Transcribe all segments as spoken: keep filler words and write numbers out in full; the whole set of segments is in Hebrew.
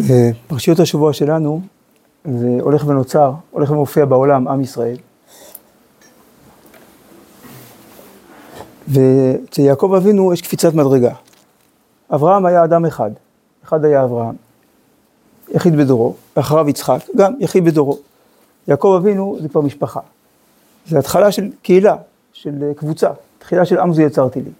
פרשיות השבוע שלנו, זה הולך ונוצר, הולך ומופיע בעולם עם ישראל. ואצל יעקב אבינו יש קפיצת מדרגה. אברהם היה אדם אחד, אחד היה אברהם, יחיד בדורו, ואחריו יצחק, גם יחיד בדורו. יעקב אבינו זה כבר משפחה. זה התחלה של קהילה, של קבוצה, תחילה של עם זו יצרתי לי.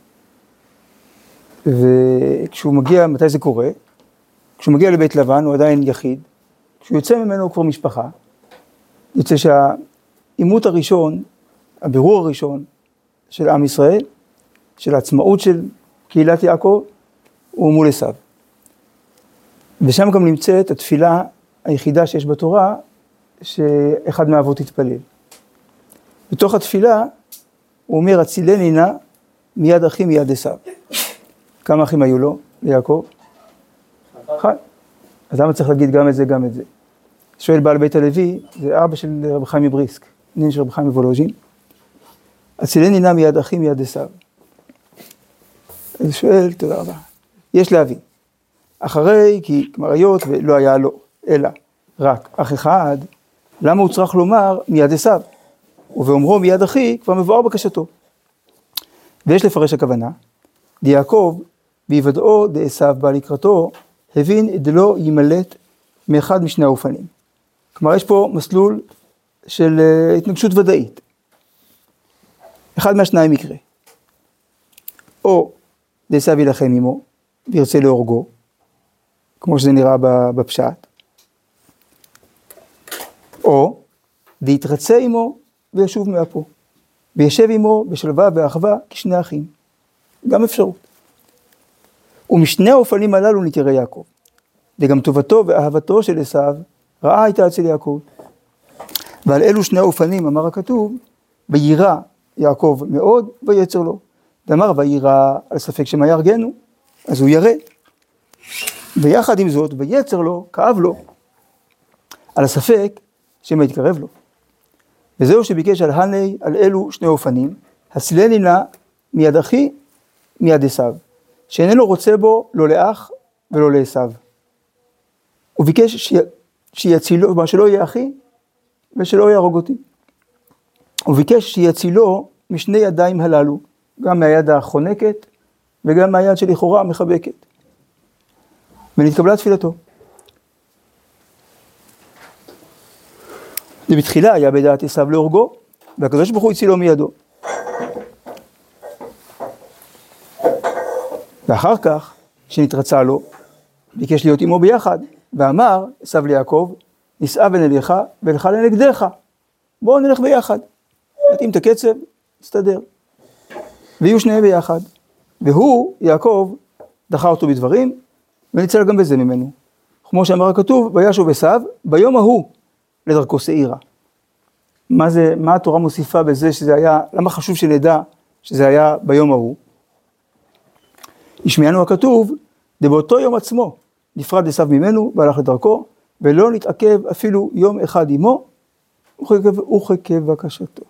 וכשהוא מגיע, מתי זה קורה? כשהוא מגיע לבית לבן הוא עדיין יחיד, כשהוא יוצא ממנו הוא כבר משפחה, יוצא שהאימות הראשון, הבירור הראשון של עם ישראל, של העצמאות של קהילת יעקב, הוא מול עשיו. ושם גם נמצאת התפילה היחידה שיש בתורה, שאחד מהאבות התפלל. בתוך התפילה הוא אומר, הצילני נא מיד אחי מיד עשיו. כמה אחים היו לו, ליעקב? אחד. אז למה צריך להגיד גם את זה, גם את זה? שואל בעל בית הלוי, זה אבא של רב חיים מבריסק, נין של רב חיים מוולוז'ין. הצילני נא מיד אחי מיד עשיו. אז שואל, תודה רבה. יש להבין. אחרי, כי כמריות ולא היה לו, אלא רק אח אחד, למה הוא צריך לומר מיד עשיו? ובאומרו מיד אחי, כבר מבואר בקשתו. ויש לפרש הכוונה, דיעקב, ביוודעו דעשיו בא לקראתו, הבין דלא ימלט מאחד משני האופנים. כלומר, יש פה מסלול של uh, התנגשות ודאית. אחד מהשניים יקרה. או דעשיו ילחם עמו, וירצה להורגו, כמו שזה נראה בפשט. או דהתרצה עמו וישוב מאפו, וישב עמו בשלווה ואחווה כשני אחים. גם אפשרות. ומשני האופנים הללו נתראה יעקב. וגם טובתו ואהבתו של עשיו רעה הייתה אצל יעקב. ועל אלו שני האופנים אמר הכתוב, וירא יעקב מאוד ויצר לו. ואמר וירא על ספק שמה יהרגנו, אז הוא ירא. ויחד עם זאת ויצר לו, כאב לו, על הספק שמה יתקרב לו. וזהו שביקש על הני על אלו שני אופנים, הצילני נא מיד אחי מיד עשיו. שאיננו רוצה בו לא לאח ולא לעשיו. הוא ביקש שיצילו, שלא יהיה אחי ושלא יהרוג אותי. הוא ביקש שיצילו משני ידיים הללו, גם מהיד החונקת וגם מהיד שלכאורה המחבקת. ונתקבלה תפילתו. ובתחילה היה בדעת עשיו להורגו, והקדוש ברוך הוא הצילו מידו. ואחר כך, שנתרצה לו, ביקש להיות עמו ביחד, ואמר, עשיו ליעקב, נישא ונלך, ולך לנגדך. בואו נלך ביחד. נתאים את הקצב, נסתדר. ויהיו שניהם ביחד. והוא, יעקב, דחה אותו בדברים, וניצל גם בזה ממנו. כמו שאמר הכתוב, וישוב עשיו, ביום ההוא, לדרכו שעירה. מה זה, מה התורה מוסיפה בזה שזה היה, למה חשוב שנדע שזה היה ביום ההוא? ישמענו הכתוב, דבאותו יום עצמו, נפרד עשיו ממנו והלך לדרכו, ולא נתעכב אפילו יום אחד עמו, וחכה בקשתו.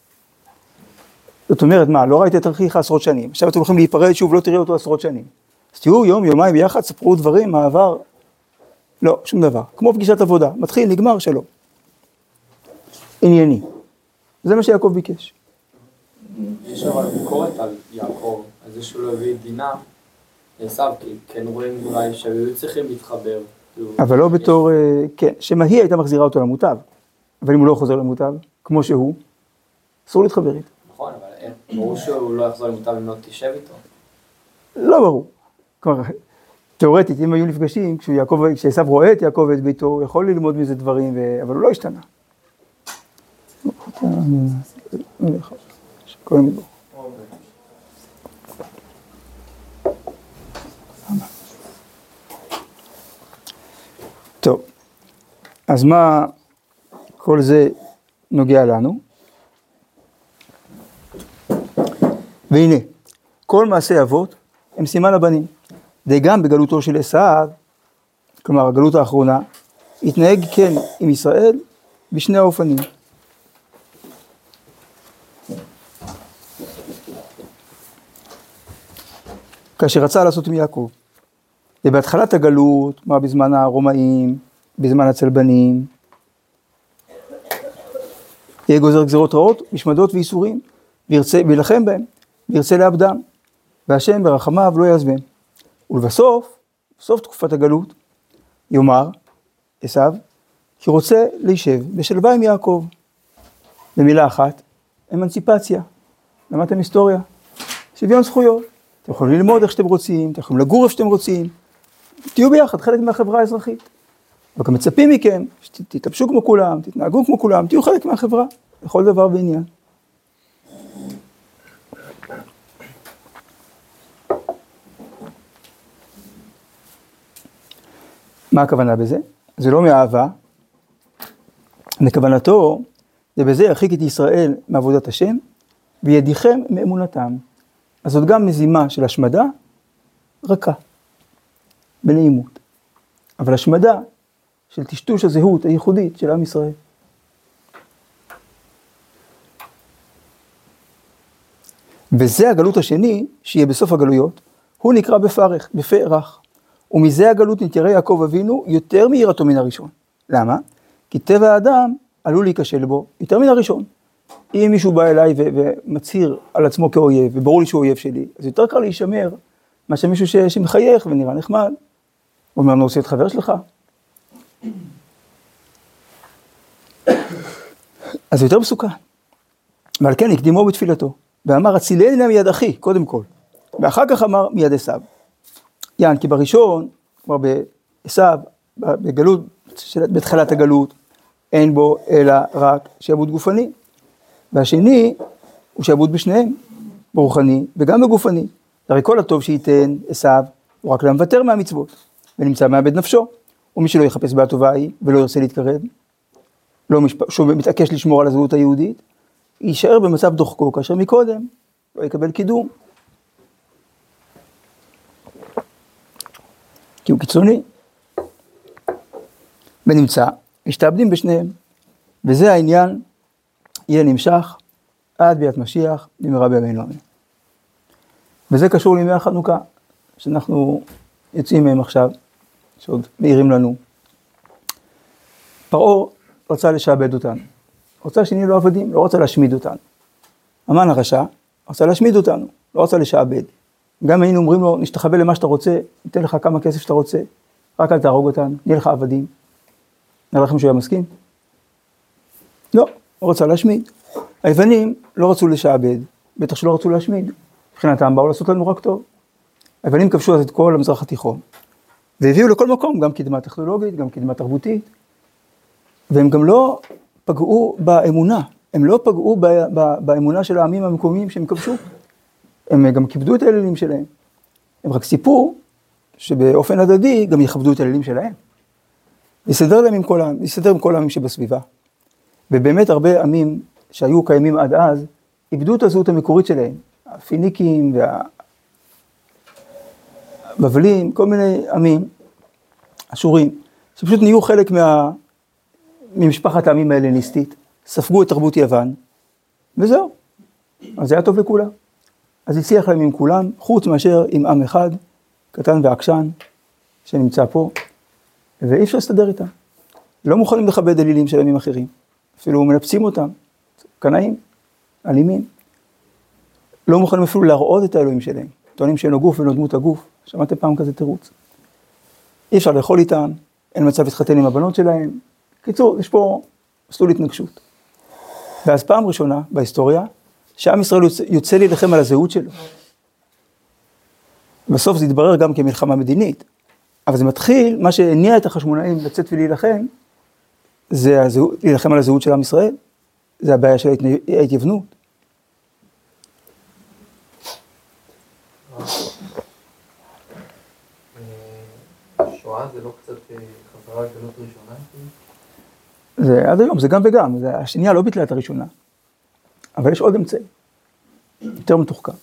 זאת אומרת, מה, לא ראית את אחיך עשרות שנים, עכשיו אתם הולכים להיפרד שוב, לא תראה אותו עשרות שנים. אז תהיו יום, יומיים ביחד, ספרו דברים, מעבר, לא, שום דבר. כמו פגישת עבודה, מתחיל, נגמר, שלום. ענייני. זה מה שיעקב ביקש. יש אבל ביקורת על יעקב, על זה שהוא לא הביא את דינה, לעשיו, כי כן רואים אולי שהיו צריכים להתחבר. אבל לא בתור, כן, שמה היא הייתה מחזירה אותו למוטב, אבל אם הוא לא חוזר למוטב, כמו שהוא, אסור להתחבר איתו. נכון, אבל ברור שהוא לא יחזור למוטב אם לא תשב איתו. לא ברור. כלומר, תיאורטית, אם היו נפגשים, כשעשיו רואה את יעקב ואת ביתו, הוא יכול ללמוד מזה דברים, אבל הוא לא השתנה. כל המדבר. טוב, אז מה כל זה נוגע לנו? והנה, כל מעשי אבות הם סימן לבנים. וגם בגלותו של עשיו, כלומר הגלות האחרונה, התנהג כן עם ישראל בשני האופנים. כאשר רצה לעשות עם יעקב. ובהתחלת הגלות, כמו בזמן הרומאים, בזמן הצלבנים, יהיה גוזר גזירות רעות, משמדות וייסורים, וירצה, וילחם בהם, וירצה לאבדם, והשם ברחמיו לא יעזבם. ולבסוף, בסוף תקופת הגלות, יאמר עשיו, כי רוצה להישב בשלווה עם יעקב. במילה אחת, אמנציפציה. למדתם היסטוריה, שוויון זכויות. אתם יכולים ללמוד איך שאתם רוצים, אתם יכולים לגור איך שאתם רוצים, תהיו ביחד, חלק מהחברה האזרחית. וגם מצפים מכם, שתתלבשו כמו כולם, תתנהגו כמו כולם, תהיו חלק מהחברה, לכל דבר בעניין. מה הכוונה בזה? זה לא מאהבה, מכוונתו, זה בזה ירחיק את ישראל מעבודת השם, וידיכם מאמונתם. אז זאת גם מזימה של השמדה, רכה, בנעימות. אבל השמדה של טשטוש הזהות הייחודית של עם ישראל. וזה הגלות השני, שיהיה בסוף הגלויות, הוא נקרא בפרך, בפרח. ומזה הגלות נתיירא יעקב אבינו יותר מיראתו מן הראשון. למה? כי טבע האדם עלול להיכשל בו יותר מן הראשון. אם מישהו בא אליי ו- ומצהיר על עצמו כאויב, וברור לי שהוא אויב שלי, אז יותר קל להישמר מאשר מישהו ש- שמחייך ונראה נחמד. הוא אומר, אני רוצה את חבר שלך. אז זה יותר מסוכן. ועל כן הקדימו בתפילתו, ואמר, הצילני נא מיד אחי, קודם כל. ואחר כך אמר, מיד עשיו. יען, כי בראשון, כבר בעשיו, בגלות, בתחילת הגלות, אין בו אלא רק שעבוד גופני. והשני הוא שעבוד בשניהם, ברוחני וגם בגופני. הרי כל הטוב שייתן עשיו, הוא רק למוותר מהמצוות, ונמצא מאבד נפשו. ומי שלא יחפש בהטובה ההיא, ולא ירצה להתקרב, לא משפ... שהוא מתעקש לשמור על הזהות היהודית, יישאר במצב דוחקו, כאשר מקודם לא יקבל קידום. כי הוא קיצוני. ונמצא, משתעבדים בשניהם. וזה העניין, יהיה נמשך עד ביאת משיח, במהרה בימינו אמן. וזה קשור לימי החנוכה, שאנחנו יוצאים מהם עכשיו, שעוד מאירים לנו. פרעה רצה לשעבד אותנו. רצה שנהיה לו עבדים, לא רצה להשמיד אותנו. המן הרשע רצה להשמיד אותנו, לא רצה לשעבד. גם היינו אומרים לו, נשתחווה למה שאתה רוצה, ניתן לך כמה כסף שאתה רוצה, רק אל תהרוג אותנו, נהיה לך עבדים. נראה לכם שהוא היה מסכים? לא, הוא רצה להשמיד. היוונים לא רצו לשעבד, בטח שלא רצו להשמיד. מבחינתם באו לעשות לנו רק טוב. היוונים כבשו אז את כל המזרח התיכון, והביאו לכל מקום, גם קדמה טכנולוגית, גם קדמה תרבותית, והם גם לא פגעו באמונה, הם לא פגעו באמונה של העמים המקומיים שהם כבשו, הם גם כיבדו את האלילים שלהם, הם רק סיפרו שבאופן הדדי גם יכבדו את האלילים שלהם, יסדר להם עם כל העמים, יסדר עם כל העמים שבסביבה, ובאמת הרבה עמים שהיו קיימים עד אז, איבדו את הזהות המקורית שלהם, הפיניקים והבבלים, כל מיני עמים, אשורים, שפשוט נהיו חלק מה... ממשפחת העמים ההלניסטית, ספגו את תרבות יוון, וזהו. אז זה היה טוב לכולם. אז הצליח להם עם כולם, חוץ מאשר עם עם אחד, קטן ועקשן, שנמצא פה, ואי אפשר להסתדר איתם. לא מוכנים לכבד אלילים של עמים אחרים, אפילו מנפצים אותם, קנאים, אלימים. לא מוכנים אפילו להראות את האלוהים שלהם, טוענים שאין לו גוף ואין לו דמות הגוף, שמעתם פעם כזה תירוץ. אי אפשר לאכול איתם, אין מצב להתחתן עם הבנות שלהם, קיצור, יש פה מסלול התנגשות. ואז פעם ראשונה בהיסטוריה, שעם ישראל יוצא, יוצא להילחם על הזהות שלו. בסוף זה יתברר גם כמלחמה מדינית, אבל זה מתחיל, מה שהניע את החשמונאים לצאת ולהילחם, זה הזהות, להילחם על הזהות של עם ישראל, זה הבעיה של ההתייוונות. שואה זה לא קצת חזרה לגלות ראשונה? זה עד היום, זה גם וגם, זה, השנייה לא ביטלה את הראשונה, אבל יש עוד אמצעי, יותר מתוחכם.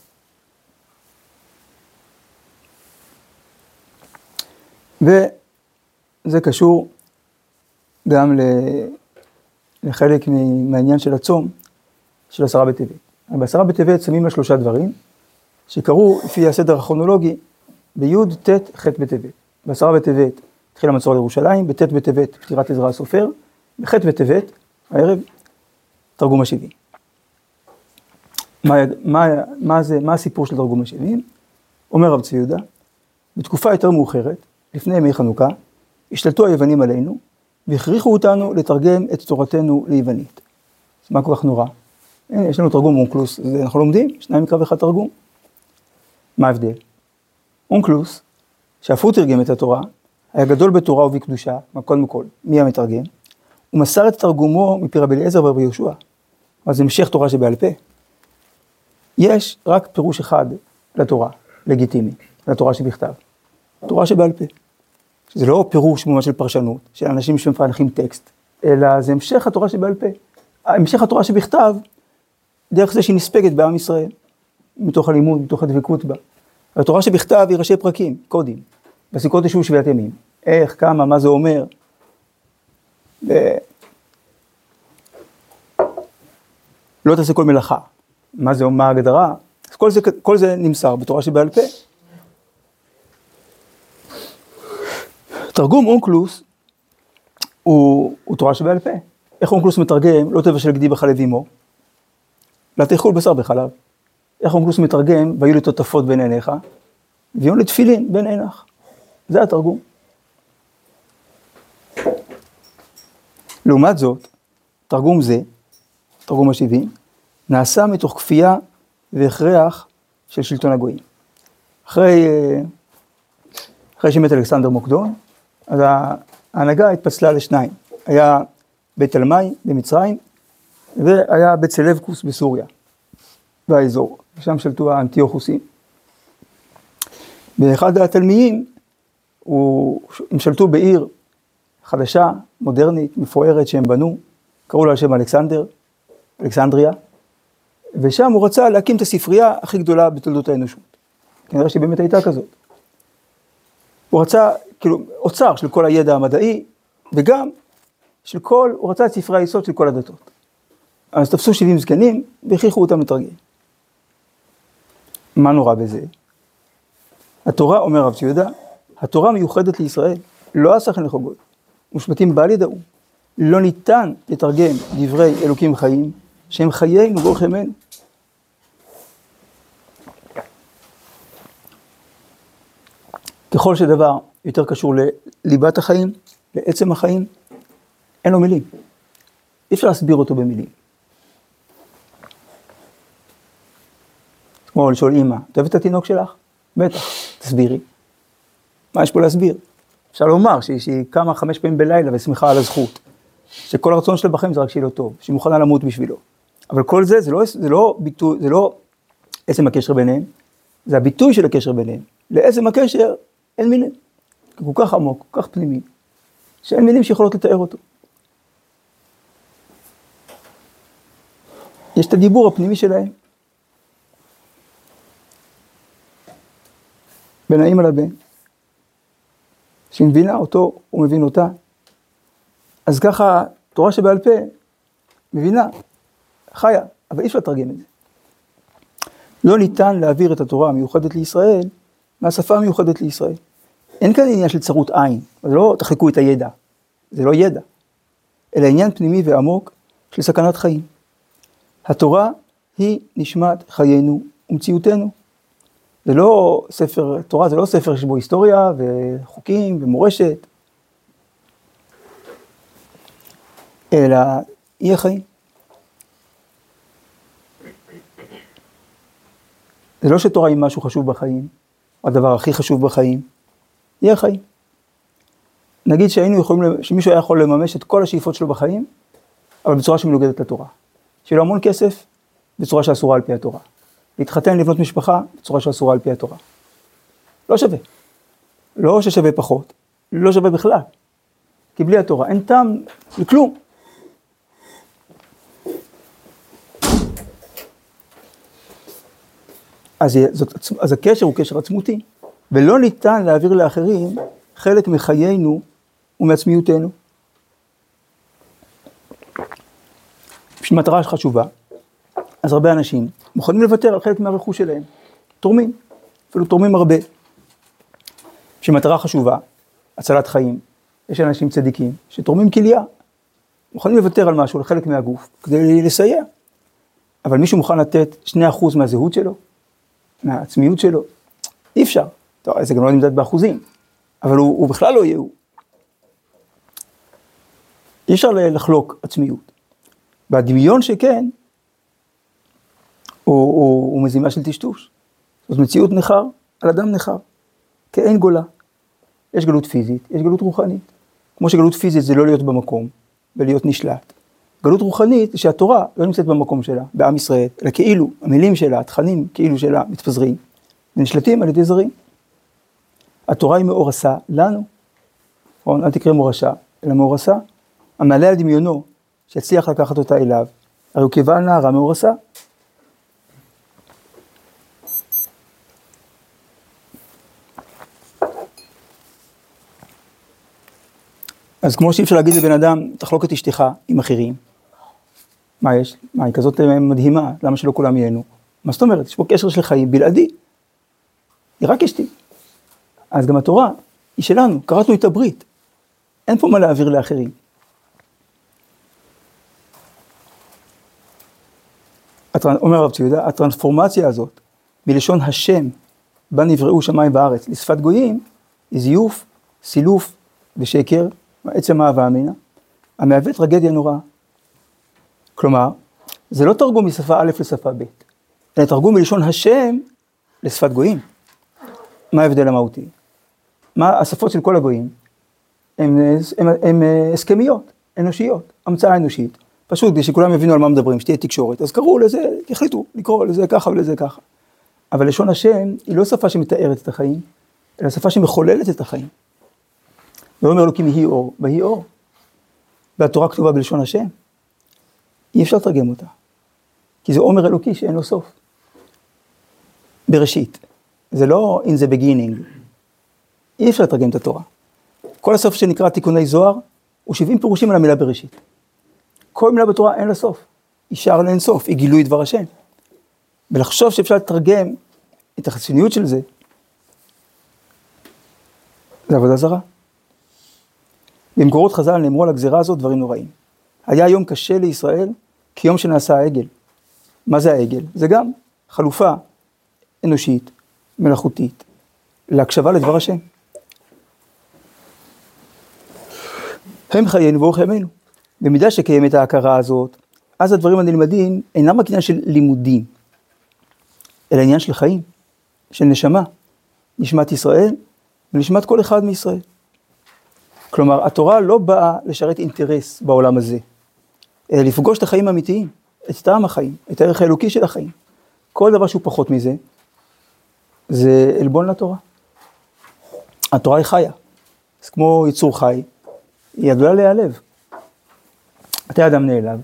וזה קשור גם לחלק מהעניין של הצום, של עשרה בטבת. בעשרה בטבת שמים על שלושה דברים, שקראו לפי הסדר הכרונולוגי, בי' ט' ח' בטבת. בעשרה בטבת התחיל המצור על ירושלים, בט' בטבת פטירת עזרא הסופר, בח' בטבת, הערב, תרגום השבעים. מה, מה, מה, זה, מה הסיפור של תרגום השבעים? אומר רב צבי יהודה, בתקופה יותר מאוחרת, לפני ימי חנוכה, השתלטו היוונים עלינו, והכריחו אותנו לתרגם את תורתנו ליוונית. אז מה כל כך נורא? הנה, יש לנו תרגום אונקלוס, זה אנחנו לומדים, שניים מקרא ואחד תרגום. מה ההבדל? אונקלוס, שאף הוא תרגם את התורה, היה גדול בתורה ובקדושה, קודם כל, מי המתרגם? הוא מסר את תרגומו מפי רבי אליעזר ורבי יהושע. אז זה המשך תורה שבעל פה. יש רק פירוש אחד לתורה, לגיטימי, לתורה שבכתב. תורה שבעל פה. זה לא פירוש ממש של פרשנות, של אנשים שמפענחים טקסט, אלא זה המשך התורה שבעל פה. המשך התורה שבכתב, דרך זה שהיא נספגת בעם ישראל, מתוך הלימוד, מתוך הדבקות בה. התורה שבכתב היא ראשי פרקים, קודים. בסוכות ישבו שביעת ימים. איך, כמה, מה זה אומר. ו... לא תעשה כל מלאכה. מה זה, מה ההגדרה? אז כל זה, כל זה נמסר בתורה שבעל פה. תרגום אונקלוס הוא, הוא תורה שבעל פה. איך אונקלוס מתרגם? לא תבשל גדי בחלב אמו, לא תאכול בשר בחלב. איך אונקלוס מתרגם? והיו לי תותפות בין עיניך, והיו לי תפילין בין עינך. זה התרגום. לעומת זאת, תרגום זה, תרגום השבעים, נעשה מתוך כפייה והכרח של שלטון הגויים. אחרי, אחרי שמת אלכסנדר מוקדון, אז ההנהגה התפצלה לשניים. היה בית תלמי במצרים, והיה בית סלבקוס בסוריה, באזור. ושם שלטו האנטיוכוסים. באחד התלמיים, הם שלטו בעיר חדשה, מודרנית, מפוארת שהם בנו, קראו לה על שם אלכסנדר, אלכסנדריה, ושם הוא רצה להקים את הספרייה הכי גדולה בתולדות האנושות. כנראה שהיא באמת הייתה כזאת. הוא רצה, כאילו, אוצר של כל הידע המדעי, וגם של כל, הוא רצה את ספרי היסוד של כל הדתות. אז תפסו שבעים זקנים, והכריחו אותם לתרגם. מה נורא בזה? התורה, אומר רב צבי יהודה, התורה מיוחדת לישראל, לא השכל לחוגות, ושבטים בל ידעו. לא ניתן לתרגם דברי אלוקים חיים, שהם חיינו ואורך ימינו. ככל שדבר יותר קשור לליבת החיים, לעצם החיים, אין לו מילים. אי אפשר להסביר אותו במילים. כמו לשאול אמא, אתה אוהבת את התינוק שלך? בטח, תסבירי. מה יש פה להסביר? אפשר לומר שהיא, שהיא קמה חמש פעמים בלילה ושמחה על הזכות. שכל הרצון שלה בחיים זה רק שיהיה לו טוב, שהיא מוכנה למות בשבילו. אבל כל זה, זה לא, זה לא ביטוי, זה לא עצם הקשר ביניהם, זה הביטוי של הקשר ביניהם. לעצם הקשר אין מילים. כל כך עמוק, כל כך פנימי, שאין מילים שיכולות לתאר אותו. יש את הדיבור הפנימי שלהם. בין האמא לבן. שהיא מבינה אותו, הוא מבין אותה. אז ככה, תורה שבעל פה, מבינה, חיה, אבל אי אפשר לתרגם את זה. לא ניתן להעביר את התורה המיוחדת לישראל, מהשפה המיוחדת לישראל. אין כאן עניין של צרות עין, זה לא תחלקו את הידע, זה לא ידע, אלא עניין פנימי ועמוק של סכנת חיים. התורה היא נשמת חיינו ומציאותנו. זה לא ספר, תורה זה לא ספר שבו היסטוריה וחוקים ומורשת, אלא היא החיים. זה לא שתורה היא משהו חשוב בחיים, או הדבר הכי חשוב בחיים, היא החיים. נגיד שהיינו יכולים, שמישהו היה יכול לממש את כל השאיפות שלו בחיים, אבל בצורה שמנוגדת לתורה. שיהיה לו המון כסף, בצורה שאסורה על פי התורה. להתחתן, לבנות משפחה, בצורה שאסורה על פי התורה. לא שווה. לא ששווה פחות, לא שווה בכלל. כי בלי התורה אין טעם לכלום. אז, זאת, אז הקשר הוא קשר עצמותי, ולא ניתן להעביר לאחרים חלק מחיינו ומעצמיותנו. בשביל מטרה חשובה, אז הרבה אנשים מוכנים לוותר על חלק מהרכוש שלהם, תורמים, אפילו תורמים הרבה. בשביל מטרה חשובה, הצלת חיים. יש אנשים צדיקים שתורמים כליה, מוכנים לוותר על משהו, לחלק מהגוף, כדי לסייע. אבל מישהו מוכן לתת שני אחוז מהזהות שלו, מהעצמיות שלו, אי אפשר. טוב, זה גם לא נמדד באחוזים, אבל הוא, הוא בכלל לא יהיה הוא. אי אפשר לחלוק עצמיות. והדמיון שכן, הוא, הוא, הוא מזימה של טשטוש. זאת מציאות נחר על אדם נחר, כאין גולה. יש גלות פיזית, יש גלות רוחנית. כמו שגלות פיזית זה לא להיות במקום, ולהיות נשלט. גלות רוחנית זה שהתורה לא נמצאת במקום שלה, בעם ישראל, אלא כאילו, המילים שלה, התכנים כאילו שלה, מתפזרים, ונשלטים על ידי זרים. התורה היא מאורסה לנו, נכון? אל תקרא מורשה, אלא מאורסה. המעלה על דמיונו, שיצליח לקחת אותה אליו, הרי הוא קיבל נערה מאורסה. אז כמו שאי אפשר להגיד לבן אדם, תחלוק את אשתך עם אחרים. מה יש? מה, היא כזאת מדהימה, למה שלא כולם ייהנו? מה זאת אומרת? יש פה קשר של חיים בלעדי. היא רק אשתי. אז גם התורה היא שלנו, קראתנו את הברית. אין פה מה להעביר לאחרים. אומר הרב ציודה, הטרנספורמציה הזאת, בלשון השם, בה נבראו שמיים וארץ, לשפת גויים, היא זיוף, סילוף ושקר, עצם אהבה אמינה, המהווה טרגדיה נוראה. כלומר, זה לא תרגום משפה א' לשפה ב', אלא תרגום מלשון השם לשפת גויים. מה ההבדל המהותי? מה השפות של כל הגויים? הן הסכמיות, אנושיות, המצאה אנושית. פשוט, כדי שכולם יבינו על מה מדברים, שתהיה תקשורת, אז קראו לזה, החליטו לקרוא לזה ככה ולזה ככה. אבל לשון השם היא לא שפה שמתארת את החיים, אלא שפה שמחוללת את החיים. ואומר אלוקים יהי אור, ויהי אור. והתורה כתובה בלשון השם. אי אפשר לתרגם אותה. כי זה אומר אלוקי שאין לו סוף. בראשית. זה לא in the beginning. אי אפשר לתרגם את התורה. כל הסוף שנקרא תיקוני זוהר, הוא שבעים פירושים על המילה בראשית. כל מילה בתורה אין לה סוף. היא שער לאין סוף, היא גילוי דבר השם. ולחשוב שאפשר לתרגם את החיצוניות של זה, זה עבודה זרה. במקורות חז"ל נאמרו על הגזירה הזאת דברים נוראים. היה יום קשה לישראל, כיום שנעשה העגל. מה זה העגל? זה גם חלופה אנושית, מלאכותית, להקשבה לדבר השם. הם חיינו ואורך ימינו. במידה שקיימת ההכרה הזאת, אז הדברים הנלמדים אינם רק עניין של לימודים, אלא עניין של חיים, של נשמה, נשמת ישראל ונשמת כל אחד מישראל. כלומר, התורה לא באה לשרת אינטרס בעולם הזה, אלא לפגוש את החיים האמיתיים, את טעם החיים, את הערך האלוקי של החיים. כל דבר שהוא פחות מזה, זה עלבון לתורה. התורה היא חיה, אז כמו יצור חי, היא עלולה להיעלב. אתה אדם נעלב.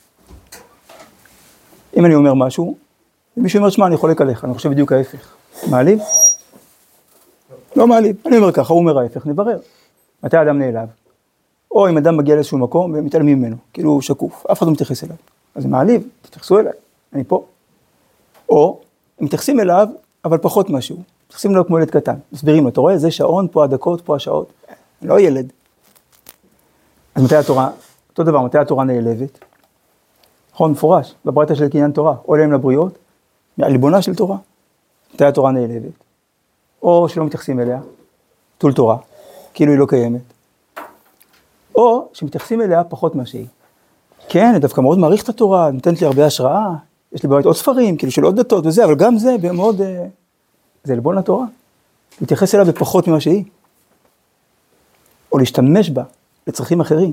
אם אני אומר משהו, מישהו אומר, שמה, אני חולק עליך, אני חושב בדיוק ההפך. מעליב? לא מעליב. אני אומר ככה, הוא אומר ההפך, נברר. מתי האדם נעלב? או אם אדם מגיע לאיזשהו מקום ומתעלמים ממנו, כאילו הוא שקוף, אף אחד לא מתייחס אליו. אז זה מעליב, תתייחסו אליי, אני פה. או, הם מתייחסים אליו, אבל פחות משהו. מתייחסים אליו כמו ילד קטן. מסבירים לו, אתה רואה, זה שעון, פה הדקות, פה השעות. לא ילד. אז מתי התורה, אותו דבר, מתי התורה נעלבת? נכון, מפורש, בברייתא של קניין תורה, או להם לבריות, מהליבונה של תורה. מתי התורה נעלבת? או שלא מתייחסים אליה, תול תורה, כאילו היא לא קיימת. או שמתייחסים אליה פחות מה שהיא. כן, אני דווקא מאוד מעריך את התורה, נותנת לי הרבה השראה, יש לי בבית עוד ספרים, כאילו של עוד דתות וזה, אבל גם זה מאוד, זה עלבון לתורה. להתייחס אליה בפחות ממה שהיא. או להשתמש בה לצרכים אחרים.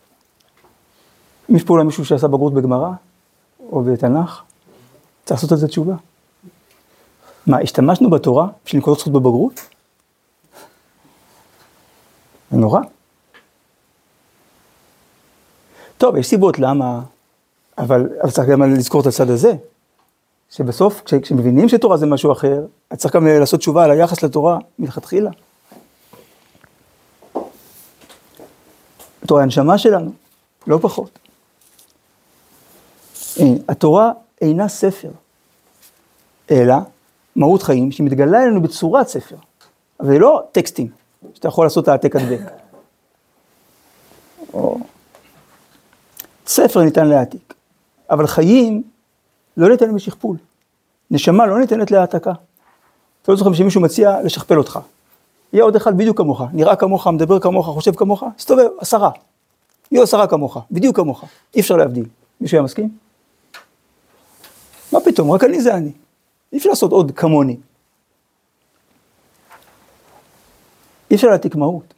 אם יש פה אולי מישהו שעשה בגרות בגמרא, או בתנ"ך, צריך לעשות על זה תשובה. מה, השתמשנו בתורה בשביל נקודות זכות בבגרות? זה נורא. טוב, יש סיבות למה, אבל, אבל צריך גם לזכור את הצד הזה, שבסוף, כש, כשמבינים שתורה זה משהו אחר, אז צריך גם לעשות תשובה על היחס לתורה מלכתחילה. התורה הנשמה שלנו, לא פחות. התורה אינה ספר, אלא מהות חיים שמתגלה אלינו בצורת ספר, אבל זה לא טקסטים, שאתה יכול לעשות העתק הדבק. או... ספר ניתן להעתיק, אבל חיים לא ניתן לשכפול. נשמה לא ניתנת להעתקה. אתה לא זוכר שמישהו מציע לשכפל אותך. יהיה עוד אחד בדיוק כמוך, נראה כמוך, מדבר כמוך, חושב כמוך, סתובב, עשרה. יהיו עשרה כמוך, בדיוק כמוך. אי אפשר להבדיל. מישהו היה מסכים? מה פתאום? רק אני זה אני. אי אפשר לעשות עוד כמוני. אי אפשר להעתיק מהות.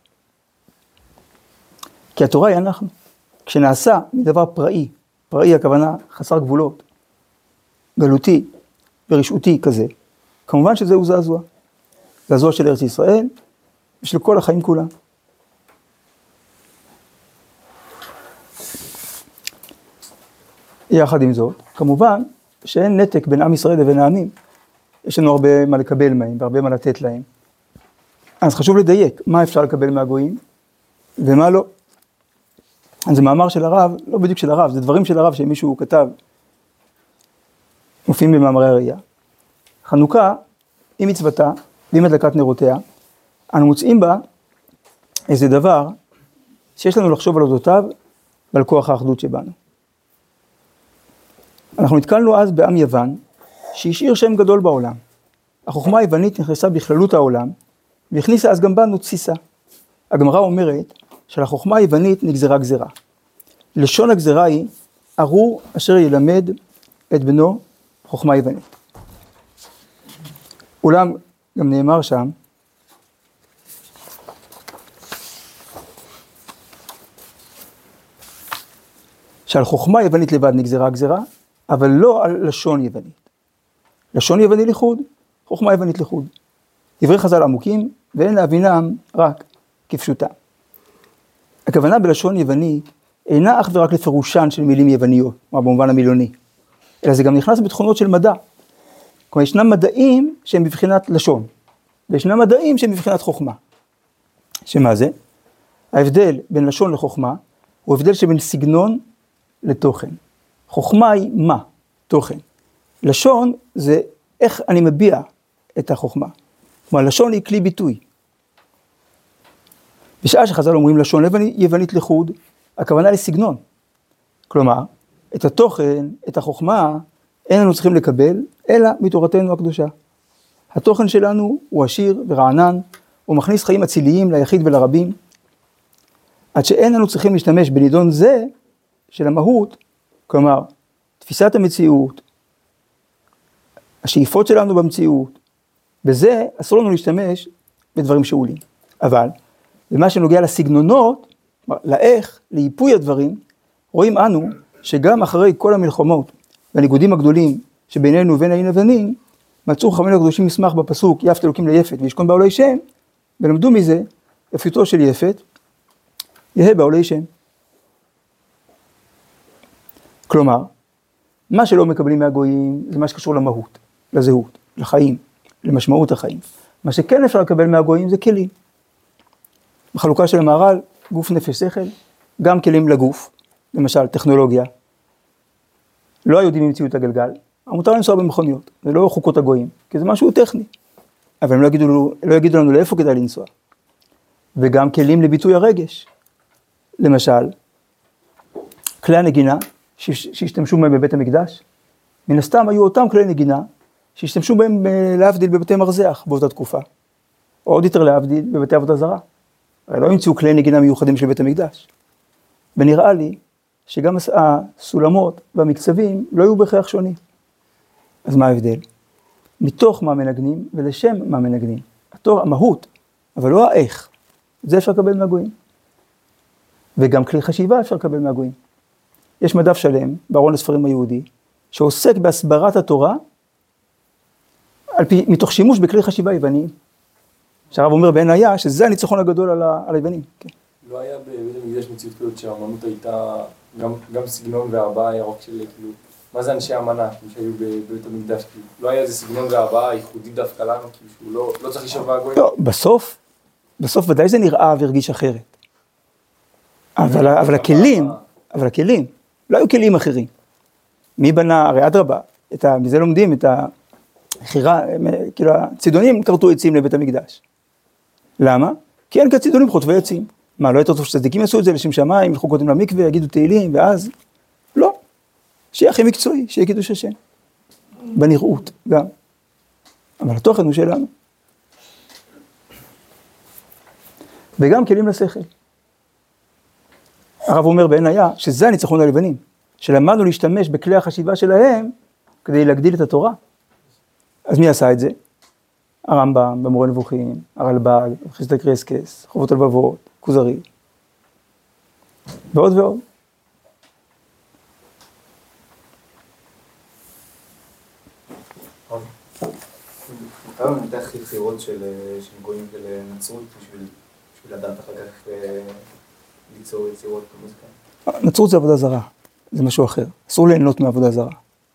כי התורה היא אנחנו. כשנעשה מדבר פראי, פראי הכוונה חסר גבולות, גלותי ורשעותי כזה, כמובן שזהו זעזוע. זעזוע של ארץ ישראל ושל כל החיים כולם. יחד עם זאת, כמובן שאין נתק בין עם ישראל לבין העמים. יש לנו הרבה מה לקבל מהם והרבה מה לתת להם. אז חשוב לדייק מה אפשר לקבל מהגויים ומה לא. אז זה מאמר של הרב, לא בדיוק של הרב, זה דברים של הרב שמישהו כתב, מופיעים במאמרי הראייה. חנוכה, עם מצוותה ועם הדלקת נרותיה, אנו מוצאים בה איזה דבר שיש לנו לחשוב על אודותיו ועל כוח האחדות שבנו. אנחנו נתקלנו אז בעם יוון, שהשאיר שם גדול בעולם. החוכמה היוונית נכנסה בכללות העולם, והכניסה אז גם בנו תסיסה. הגמרא אומרת של החוכמה היוונית נגזרה גזרה. לשון הגזרה היא, ארור אשר ילמד את בנו חוכמה יוונית. אולם גם נאמר שם, שעל חוכמה יוונית לבד נגזרה גזרה, אבל לא על לשון יוונית. לשון יווני לחוד, חוכמה יוונית לחוד. דברי חז"ל עמוקים, ואין להבינם רק כפשוטם. הכוונה בלשון יווני אינה אך ורק לפירושן של מילים יווניות, מה במובן המילוני, אלא זה גם נכנס בתכונות של מדע. כלומר, ישנם מדעים שהם בבחינת לשון, וישנם מדעים שהם בבחינת חוכמה. שמה זה? ההבדל בין לשון לחוכמה, הוא הבדל שבין סגנון לתוכן. חוכמה היא מה? תוכן. לשון זה איך אני מביע את החוכמה. כלומר, לשון היא כלי ביטוי. בשעה שחז"ל אומרים לשון יוונית לחוד, הכוונה לסגנון. כלומר, את התוכן, את החוכמה, אין לנו צריכים לקבל, אלא מתורתנו הקדושה. התוכן שלנו הוא עשיר ורענן, הוא מכניס חיים אציליים ליחיד ולרבים, עד שאין לנו צריכים להשתמש בנידון זה של המהות, כלומר, תפיסת המציאות, השאיפות שלנו במציאות, בזה אסור לנו להשתמש בדברים שאולים. אבל, במה שנוגע לסגנונות, לאיך, ליפוי הדברים, רואים אנו שגם אחרי כל המלחמות והניגודים הגדולים שבינינו ובין היוונים, מצאו חכמינו הקדושים מסמך בפסוק, יפת אלוקים ליפת וישכון בעולי שם, ולמדו מזה, יפתו של יפת, יהא בעולי שם. כלומר, מה שלא מקבלים מהגויים, זה מה שקשור למהות, לזהות, לחיים, למשמעות החיים. מה שכן אפשר לקבל מהגויים זה כלים. בחלוקה של המהר"ל, גוף נפש שכל, גם כלים לגוף, למשל טכנולוגיה. לא היהודים המציאו את הגלגל, המותר לנסוע במכוניות, זה לא חוקות הגויים, כי זה משהו טכני. אבל הם לא יגידו, לא יגידו לנו לאיפה כדאי לנסוע. וגם כלים לביטוי הרגש. למשל, כלי הנגינה, שהשתמשו בהם בבית המקדש, מן הסתם היו אותם כלי נגינה, שהשתמשו בהם להבדיל בבתי מרזח באותה תקופה, או עוד יותר להבדיל בבתי עבודה זרה. הרי לא ימצאו כלי נגינה מיוחדים של בית המקדש. ונראה לי שגם הסולמות והמקצבים לא היו בהכרח שונים. אז מה ההבדל? מתוך מה מנגנים ולשם מה מנגנים. התור, המהות, אבל לא האיך. זה אפשר לקבל מהגויים. וגם כלי חשיבה אפשר לקבל מהגויים. יש מדף שלם בארון הספרים היהודי, שעוסק בהסברת התורה, על פי, מתוך שימוש בכלי חשיבה יווניים. שהרב אומר בעין היה שזה הניצחון הגדול על, ה, על היוונים. כן. לא היה בבית המקדש מציאות כזאת שהאמנות הייתה גם, גם סגנון והבעה היה רק של כאילו, מה זה אנשי אמנה שהיו בבית המקדש? כאילו, לא היה איזה סגנון והבעה ייחודי דווקא לנו, כאילו שהוא לא, לא צריך לשאול מהגויים? לא, בסוף, בסוף ודאי זה נראה והרגיש אחרת. אבל, אבל הכלים, אבל הכלים, לא היו כלים אחרים. מי בנה, הרי אדרבה, מזה לומדים את החירה, כאילו הצידונים קרתו עצים לבית המקדש. למה? כי אין כצידונים חוטבי עצים. מה, לא יותר טוב שצדיקים יעשו את זה לשם שמיים, ילכו קודם למקווה, יגידו תהילים, ואז? לא. שיהיה הכי מקצועי, שיהיה קידוש השם. בנראות גם. אבל התוכן הוא שלנו. וגם כלים לשכל. הרב אומר בעין היה, שזה הניצחון הלבנים, שלמדנו להשתמש בכלי החשיבה שלהם, כדי להגדיל את התורה. אז מי עשה את זה? הרמב"ם, במורה נבוכים, הרלב"ג, חסידא קרסקס, חובות הלבבות, כוזרי, ועוד ועוד. כמה מנתח יצירות של גויים של נצרות בשביל לדעת אחר כך ליצור יצירות במוזיקה? נצרות זה עבודה זרה, זה משהו אחר. אסור ליהנות מעבודה זרה.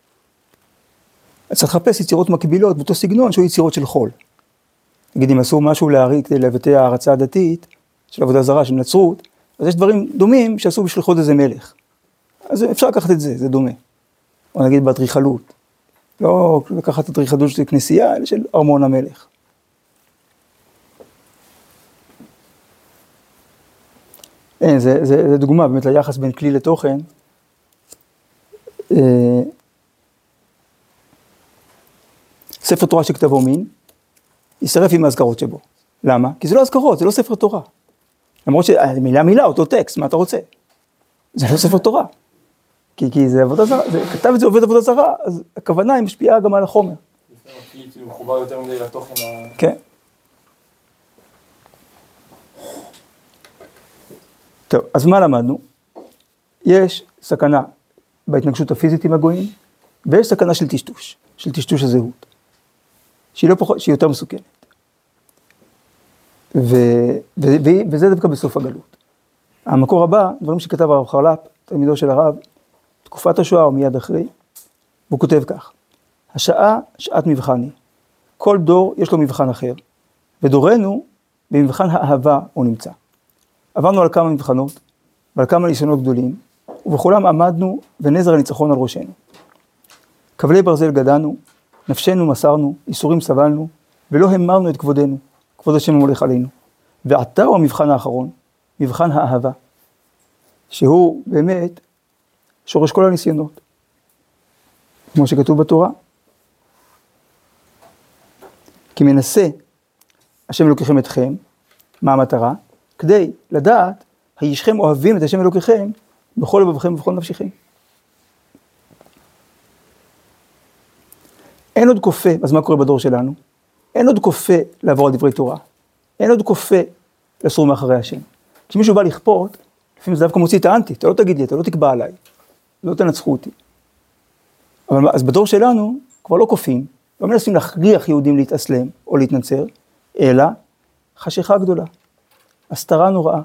צריך לחפש יצירות מקבילות באותו סגנון שהוא יצירות של חול. נגיד אם עשו משהו להריק כדי לבטא הערצה הדתית של עבודה זרה, של נצרות, אז יש דברים דומים שעשו בשביל חוד איזה מלך. אז אפשר לקחת את זה, זה דומה. או נגיד באדריכלות. לא לקחת את אדריכלות של כנסייה, אלא של ארמון המלך. אין, זה, זה, זה דוגמה באמת ליחס בין כלי לתוכן. ספר תורה שכתבו מין, ישרף עם האזכרות שבו. למה? כי זה לא אזכרות, זה לא ספר תורה. למרות שמילה מילה, אותו טקסט, מה אתה רוצה? זה לא ספר תורה. כי, כי זה עבודה זרה, זה, כתב את זה עובד עבודה זרה, אז הכוונה היא משפיעה גם על החומר. כאילו מחובר יותר מדי לתוכן ה... כן. טוב, אז מה למדנו? יש סכנה בהתנגשות הפיזית עם הגויים, ויש סכנה של טשטוש, של טשטוש הזהות, שהיא לא פחות, שהיא יותר מסוכנת. ו, ו, ו, וזה דווקא בסוף הגלות. המקור הבא, דברים שכתב הרב חרל"פ, תלמידו של הרב, תקופת השואה או מיד אחרי, והוא כותב כך: השעה שעת מבחן היא. כל דור יש לו מבחן אחר, ודורנו במבחן האהבה הוא נמצא. עברנו על כמה מבחנות, ועל כמה ניסיונות גדולים, ובכולם עמדנו ונזר הניצחון על ראשנו. כבלי ברזל גדענו, נפשנו מסרנו, איסורים סבלנו, ולא המרנו את כבודנו, כבוד השם מולך עלינו. ועתה הוא המבחן האחרון, מבחן האהבה, שהוא באמת שורש כל הניסיונות. כמו שכתוב בתורה, כי מנסה השם אלוקיכם אתכם, מה המטרה? כדי לדעת, הישכם אוהבים את השם אלוקיכם, בכל לבבכם ובכל נפשכם. אין עוד כופה, אז מה קורה בדור שלנו? אין עוד כופה לעבור על דברי תורה. אין עוד כופה לסור מאחרי השם. כשמישהו בא לכפות, לפעמים זה דווקא מוציא את האנטי, אתה לא תגיד לי, אתה לא תקבע עליי, לא תנצחו אותי. אבל אז בדור שלנו כבר לא כופים, לא מנסים להכריח יהודים להתאסלם או להתנצר, אלא חשיכה גדולה, הסתרה נוראה.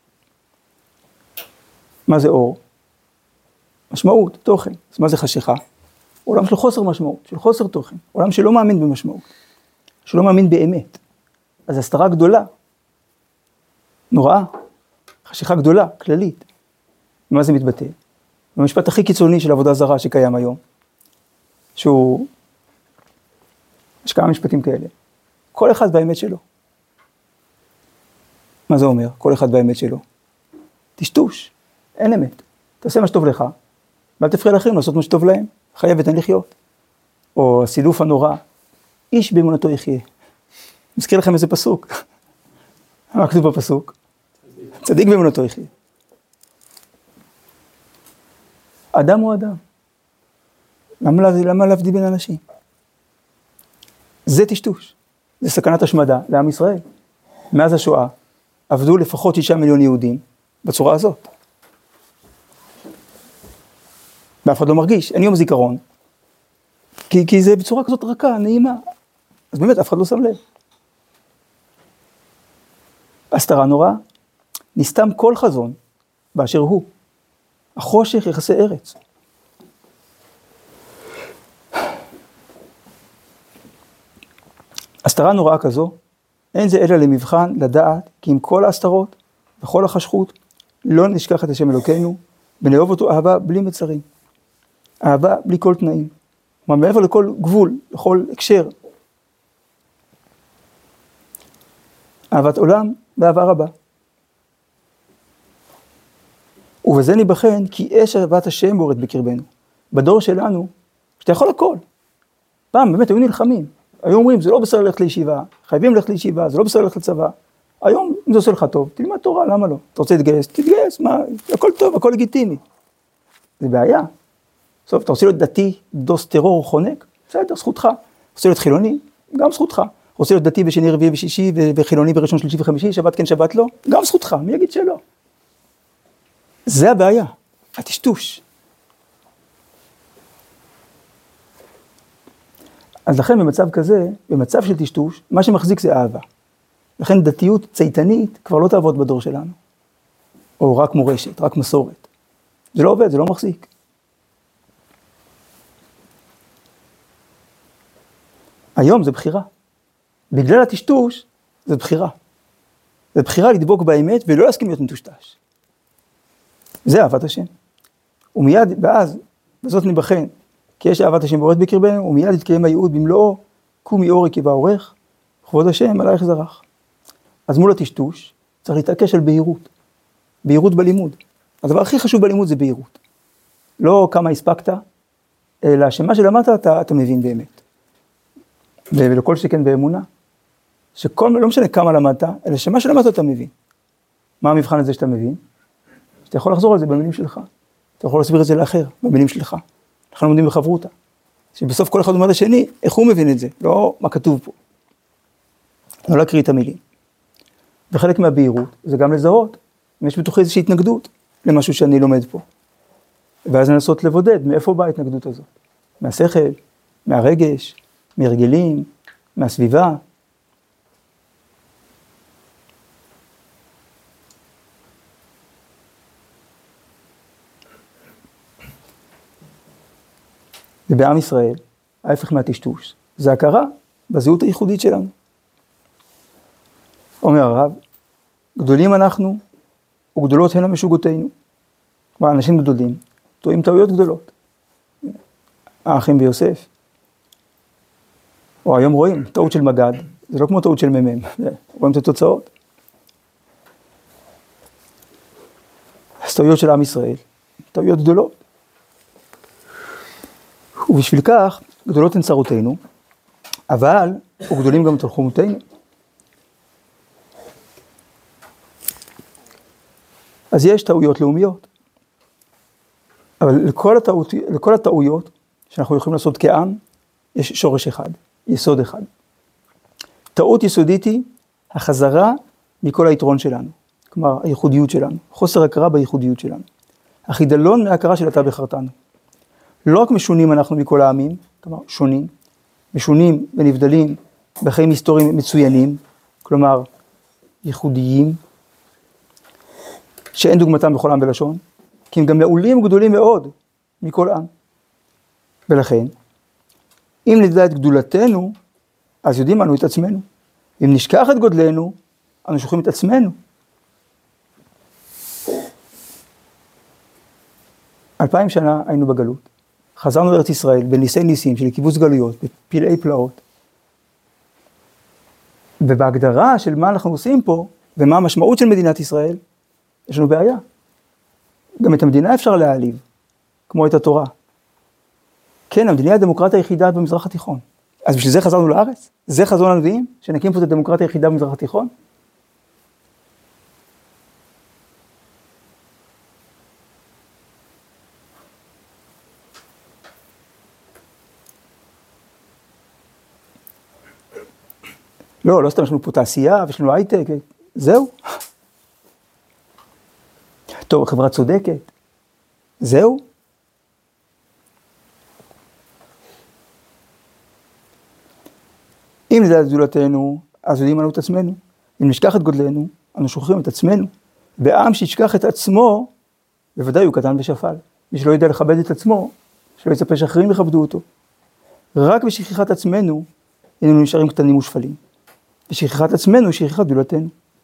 מה זה אור? משמעות, תוכן. אז מה זה חשיכה? עולם של חוסר משמעות, של חוסר תוכן, עולם שלא מאמין במשמעות, שלא מאמין באמת. אז הסתרה גדולה, נוראה, חשיכה גדולה, כללית. ומה זה מתבטא? במשפט הכי קיצוני של עבודה זרה שקיים היום, שהוא, יש כמה משפטים כאלה, כל אחד באמת שלו. מה זה אומר? כל אחד באמת שלו. טשטוש, אין אמת. תעשה מה שטוב לך, ואל תפריע לאחרים לעשות מה שטוב להם. חיה ותן לחיות. או הסילוף הנורא, איש באמונתו יחיה. מזכיר לכם איזה פסוק. מה כתוב בפסוק? צדיק באמונתו יחיה. אדם הוא אדם. למה, למה להבדיל בין אנשים? זה טשטוש. זה סכנת השמדה לעם ישראל. מאז השואה עבדו לפחות שישה מיליון יהודים בצורה הזאת. ואף אחד לא מרגיש, אין יום זיכרון. כי, כי זה בצורה כזאת רכה, נעימה. אז באמת אף אחד לא שם לב. הסתרה נורא, נסתם כל חזון באשר הוא. החושך יחסי ארץ. הסתרה נוראה כזו, אין זה אלא למבחן לדעת כי עם כל ההסתרות וכל החשכות לא נשכח את השם אלוקינו ונאהוב אותו אהבה בלי מצרים. אהבה בלי כל תנאים. כלומר, מעבר לכל גבול, לכל הקשר. אהבת עולם באהבה רבה. ובזה ניבחן כי אש אהבת השם בוערת בקרבנו. בדור שלנו, שאתה יכול הכל. פעם באמת היו נלחמים. היו אומרים, זה לא בסדר ללכת לישיבה, חייבים ללכת לישיבה, זה לא בסדר ללכת לצבא. היום, אם זה עושה לך טוב, תלמד תורה, למה לא? אתה רוצה להתגייס? תתגייס, מה? הכל טוב, הכל לגיטימי. זה בעיה. בסוף, אתה רוצה להיות דתי, דוס טרור או חונק? בסדר, זכותך. רוצה להיות חילוני? גם זכותך. רוצה להיות דתי בשני, רביעי ושישי, וחילוני בראשון, שלישי וחמישי, שבת כן, שבת לא? גם זכותך, מי יגיד שלא? זה הבעיה, הטשטוש. אז לכן במצב כזה, במצב של טשטוש, מה שמחזיק זה אהבה. לכן דתיות צייתנית כבר לא תעבוד בדור שלנו. או רק מורשת, רק מסורת. זה לא עובד, זה לא מחזיק. היום זה בחירה. בגלל הטשטוש, זה בחירה. זה בחירה לדבוק באמת ולא להסכים להיות מטושטש. זה אהבת השם. ומיד, ואז, בזאת ניבחן, כי יש אהבת השם בוערת בקרבנו, ומיד יתקיים הייעוד במלואו, קומי אורי כי בא אורך, כבוד השם עלייך זרח. אז מול הטשטוש, צריך להתעקש על בהירות. בהירות בלימוד. הדבר הכי חשוב בלימוד זה בהירות. לא כמה הספקת, אלא שמה שלמדת אתה, אתה מבין באמת. ולכל שכן באמונה. שכל, לא משנה כמה למדת, אלא שמה שלמדת אתה מבין. מה המבחן הזה שאתה מבין? שאתה יכול לחזור על זה במילים שלך. אתה יכול להסביר את זה לאחר, במילים שלך. אנחנו לומדים בחברותה. שבסוף כל אחד אומר לשני, איך הוא מבין את זה? לא מה כתוב פה. לא להקריא את המילים. וחלק מהבהירות זה גם לזהות. אם יש בתוכי איזושהי התנגדות למשהו שאני לומד פה. ואז לנסות לבודד מאיפה באה ההתנגדות הזאת. מהשכל, מהרגש, מהרגלים, מהסביבה. ובעם ישראל, ההפך מהטשטוש, זה הכרה בזהות הייחודית שלנו. אומר הרב, גדולים אנחנו וגדולות הן המשוגותינו. כלומר, אנשים גדולים, טועים טעויות גדולות. האחים ביוסף. או היום רואים, טעות של מגד, זה לא כמו טעות של ממם, רואים את התוצאות. אז טעויות של עם ישראל, טעויות גדולות. ובשביל כך, גדולות הן צרותינו, אבל, וגדולים גם תרחומותינו. אז יש טעויות לאומיות. אבל לכל הטעויות, לכל הטעויות שאנחנו יכולים לעשות כעם, יש שורש אחד, יסוד אחד. טעות יסודית היא החזרה מכל היתרון שלנו. כלומר, הייחודיות שלנו, חוסר הכרה בייחודיות שלנו. החידלון מההכרה של אתה בחרתנו. לא רק משונים אנחנו מכל העמים, כלומר שונים, משונים ונבדלים בחיים היסטוריים מצוינים, כלומר ייחודיים, שאין דוגמתם בכל עם ולשון, כי הם גם מעולים גדולים מאוד מכל עם. ולכן, אם נדע את גדולתנו, אז יודעים אנו את עצמנו. אם נשכח את גודלנו, אנו שוכחים את עצמנו. אלפיים שנה היינו בגלות. חזרנו לארץ ישראל בניסי ניסים של קיבוץ גלויות, בפלאי פלאות. ובהגדרה של מה אנחנו עושים פה, ומה המשמעות של מדינת ישראל, יש לנו בעיה. גם את המדינה אפשר להעליב, כמו את התורה. כן, המדינה היא הדמוקרטיה היחידה במזרח התיכון. אז בשביל זה חזרנו לארץ? זה חזון הנביאים? שנקים פה את הדמוקרטיה היחידה במזרח התיכון? לא, לא סתם, יש לנו פה תעשייה, ויש לנו הייטק, זהו. טוב, חברה צודקת, זהו. אם נדע את גדולתנו, אז יודעים אנו את עצמנו. אם נשכח את גודלנו, אנו שוכחים את עצמנו. בעם שישכח את עצמו, בוודאי הוא קטן ושפל. מי שלא יודע לכבד את עצמו, שלא יצפה שאחרים יכבדו אותו. רק בשכחת עצמנו, איננו נשארים קטנים ושפלים. בשכחת עצמנו היא שכחת גדולתנו.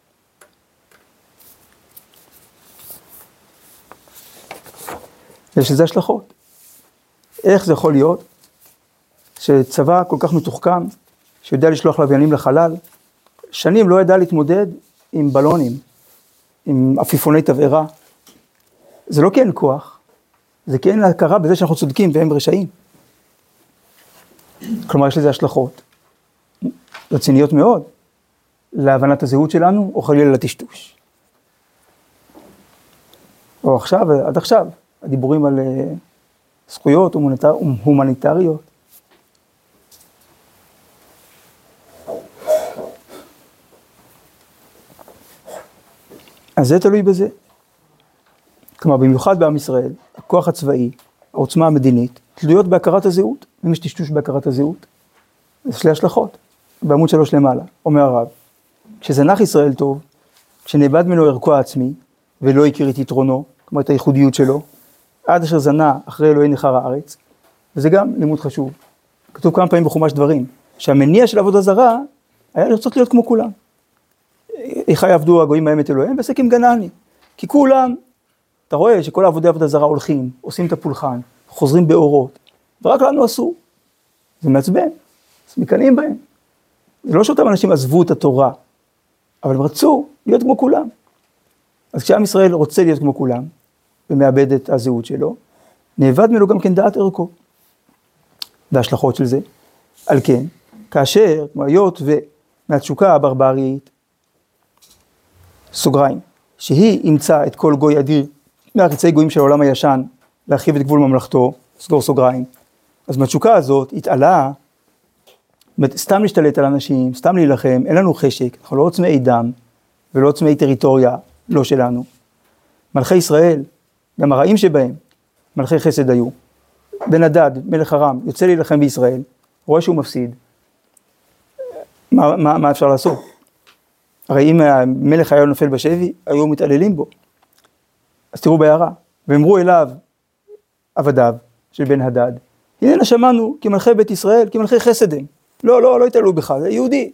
יש לזה השלכות. איך זה יכול להיות שצבא כל כך מתוחכם, שיודע לשלוח לוויינים לחלל, שנים לא ידע להתמודד עם בלונים, עם עפיפוני תבערה. זה לא כי אין כוח, זה כי אין הכרה בזה שאנחנו צודקים והם רשעים. כלומר, יש לזה השלכות רציניות מאוד, להבנת הזהות שלנו, או חלילה לטשטוש. או עכשיו, עד עכשיו, הדיבורים על זכויות הומניטריות. אז זה תלוי בזה. כלומר, במיוחד בעם ישראל, הכוח הצבאי, העוצמה המדינית, תלויות בהכרת הזהות, ואם יש טשטוש בהכרת הזהות, יש לי השלכות. בעמוד שלוש למעלה, אומר הרב, כשזנח ישראל טוב, כשנאבד ממנו ערכו העצמי, ולא הכיר את יתרונו, כלומר את הייחודיות שלו, עד אשר זנה אחרי אלוהי נחר הארץ, וזה גם לימוד חשוב. כתוב כמה פעמים בחומש דברים, שהמניע של עבודה זרה, היה לרצות להיות כמו כולם. איך יעבדו הגויים מהם את אלוהים, ועסק עם גנני. כי כולם, אתה רואה שכל העבודי עבודה זרה הולכים, עושים את הפולחן, חוזרים באורות, ורק לנו אסור. זה מעצבן, אז מקנאים בהם. זה לא שאותם אנשים עזבו את התורה, אבל הם רצו להיות כמו כולם. אז כשעם ישראל רוצה להיות כמו כולם, ומאבד את הזהות שלו, נאבד ממנו גם כן דעת ערכו. וההשלכות של זה, על כן, כאשר, כמו היות ומהתשוקה הברברית, סוגריים, שהיא אימצה את כל גוי אדיר, מהריצי גויים של העולם הישן, להרחיב את גבול ממלכתו, סגור סוגריים. אז מהתשוקה הזאת התעלה, סתם להשתלט על אנשים, סתם להילחם, אין לנו חשק, אנחנו לא עוצמי דם, ולא עוצמי טריטוריה, לא שלנו. מלכי ישראל, גם הרעים שבהם, מלכי חסד היו. בן הדד, מלך ארם, יוצא להילחם בישראל, רואה שהוא מפסיד. מה, מה, מה אפשר לעשות? הרי אם המלך היה נופל בשבי, היו מתעללים בו. אז תראו בהערה, ואמרו אליו עבדיו של בן הדד, הנה שמענו כמלכי בית ישראל, כמלכי חסד הם. לא, לא, לא התעללו בך, זה יהודי.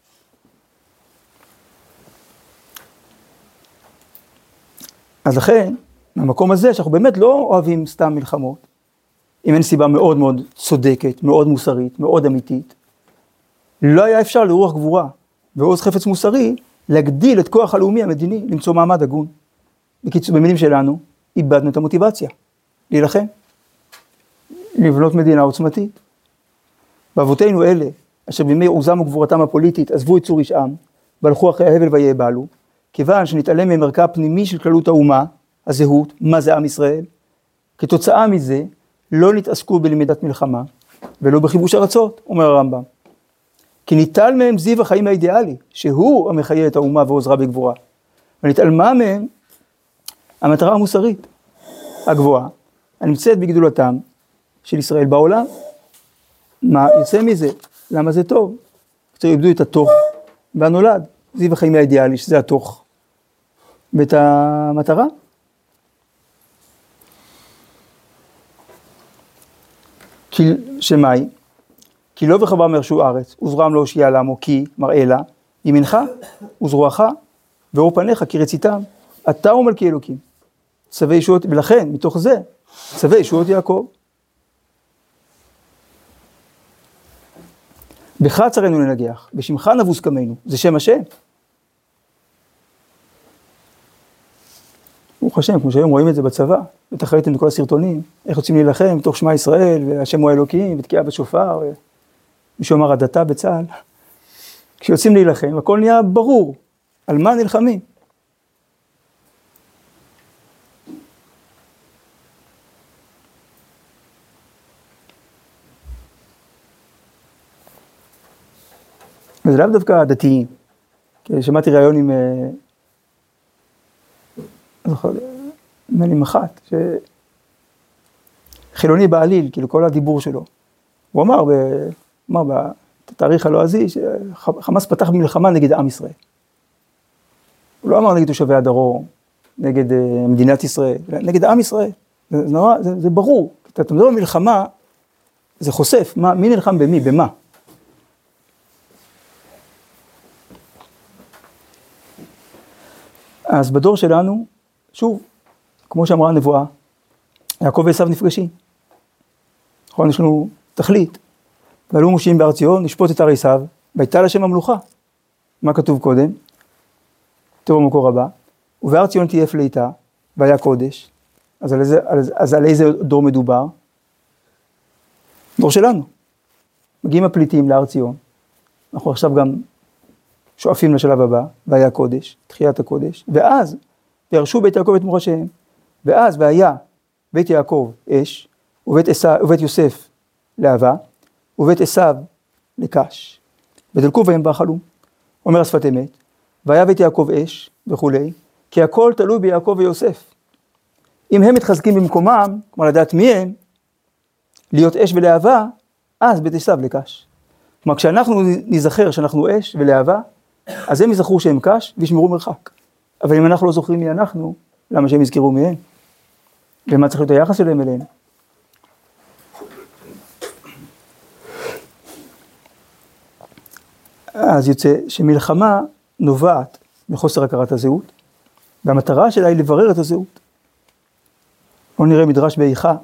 אז לכן, מהמקום הזה שאנחנו באמת לא אוהבים סתם מלחמות, אם אין סיבה מאוד מאוד צודקת, מאוד מוסרית, מאוד אמיתית, לא היה אפשר לרוח גבורה ועוז חפץ מוסרי, להגדיל את כוח הלאומי המדיני, למצוא מעמד הגון. בקיצור, במילים שלנו, איבדנו את המוטיבציה, להילחם, לבנות מדינה עוצמתית. באבותינו אלה, אשר בימי עוזם וגבורתם הפוליטית, עזבו את צור רשעם, והלכו אחרי ההבל ויאבלו, כיוון שנתעלם ממרקע הפנימי של כללות האומה, הזהות, מה זה עם ישראל, כתוצאה מזה, לא נתעסקו בלמידת מלחמה, ולא בכיבוש ארצות, אומר הרמב"ם. כי ניטל מהם זיו החיים האידיאלי, שהוא המחיה את האומה ועוזרה בגבורה. ונתעלמה מהם המטרה המוסרית, הגבוהה, הנמצאת בגדולתם של ישראל בעולם. מה יוצא מזה? למה זה טוב? קצת איבדו את התוך והנולד, זיו החיים האידיאלי, שזה התוך, ואת המטרה. כי שמאי, כי לא וחבר מרשו ארץ, וזרם לא הושיע לעמו, כי מראה לה, ימינך וזרועך, ואור פניך כי רציתם, אתה ומלכי אלוקים. צווה ישועות, ולכן, מתוך זה, צווה ישועות יעקב. בך צרינו לנגח, בשמך נבוס קמנו, זה שם השם. ברוך השם, כמו שהיום רואים את זה בצבא, בטח ראיתם בכל הסרטונים, איך יוצאים להילחם, בתוך שמע ישראל, והשם הוא האלוקים, ותקיעה בשופר, מישהו אמר הדתה בצה"ל. כשיוצאים להילחם, הכל נהיה ברור, על מה נלחמים. וזה לאו דווקא הדתיים, כי שמעתי ראיון עם, נדמה לי מח"ט, שחילוני בעליל, כאילו כל הדיבור שלו, הוא אמר, אמר בתאריך הלועזי, שחמאס פתח במלחמה נגד עם ישראל. הוא לא אמר נגד תושבי הדרום, נגד מדינת ישראל, נגד עם ישראל. זה, נורא, זה, זה ברור, אתה מדבר במלחמה, זה חושף, מה, מי נלחם במי, במה? אז בדור שלנו, שוב, כמו שאמרה הנבואה, יעקב ועשיו נפגשים. נכון, יש לנו תכלית. ועלו מושיעים בארץ ציון, נשפוט את הר עשיו, והייתה לה שם המלוכה. מה כתוב קודם? תראו במקור הבא, ובהר ציון תהיה פליטה, והיה קודש, אז על איזה, אז על איזה דור מדובר? דור שלנו. מגיעים הפליטים להר ציון, אנחנו עכשיו גם שואפים לשלב הבא, והיה קודש, תחיית הקודש, ואז ירשו בית יעקב את מורשיהם, ואז והיה בית יעקב אש, ובית, עשיו, ובית יוסף לאהבה, ובית עשיו לקש, ודלקו בהם בחלום. אומר השפת אמת, והיה בית יעקב אש וכולי, כי הכל תלוי ביעקב ויוסף. אם הם מתחזקים במקומם, כלומר לדעת מי הם, להיות אש ולאהבה, אז בית עשיו לקש. כלומר כשאנחנו נזכר שאנחנו אש ולאהבה, אז הם יזכרו שהם קש וישמרו מרחק. אבל אם אנחנו לא זוכרים מי אנחנו, למה שהם יזכרו מהם? ומה צריך להיות היחס שלהם אלינו? אז יוצא שמלחמה נובעת מחוסר הכרת הזהות, והמטרה שלה היא לברר את הזהות. בואו נראה מדרש באיכה.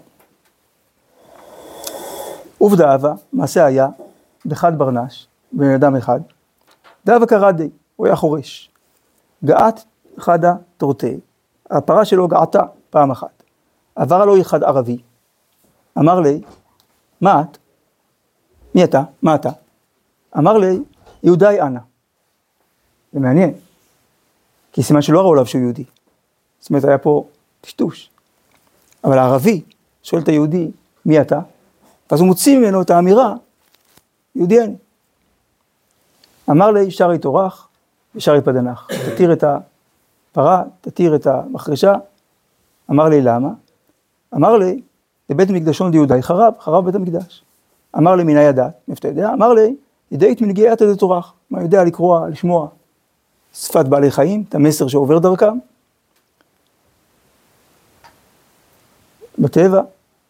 ובדאבה, מעשה היה, בחד ברנש, בן אדם אחד, דאבה קרדי, הוא היה חורש. געת חדה תורתי, הפרה שלו געתה פעם אחת. עבר לו אחד ערבי, אמר לי, מה את? מי אתה? מה אתה? אמר לי, יהודי אנא. זה מעניין, כי סימן שלא ראו עליו שהוא יהודי. זאת אומרת, היה פה טשטוש. אבל הערבי שואל את היהודי, מי אתה? ואז הוא מוציא ממנו את האמירה, יהודי אני. אמר לי, שרי תורך ושרי פדנך. תתיר את הפרה, תתיר את המחרשה. אמר לי, למה? אמר לי, לבית מקדשון דיהודי חרב, חרב בית המקדש. אמר לי, מיני ידעת, מאיפה אתה יודע? אמר לי, ידעית מנגיעת את תורך. מה יודע לקרוא, לשמוע שפת בעלי חיים, את המסר שעובר דרכם. בטבע.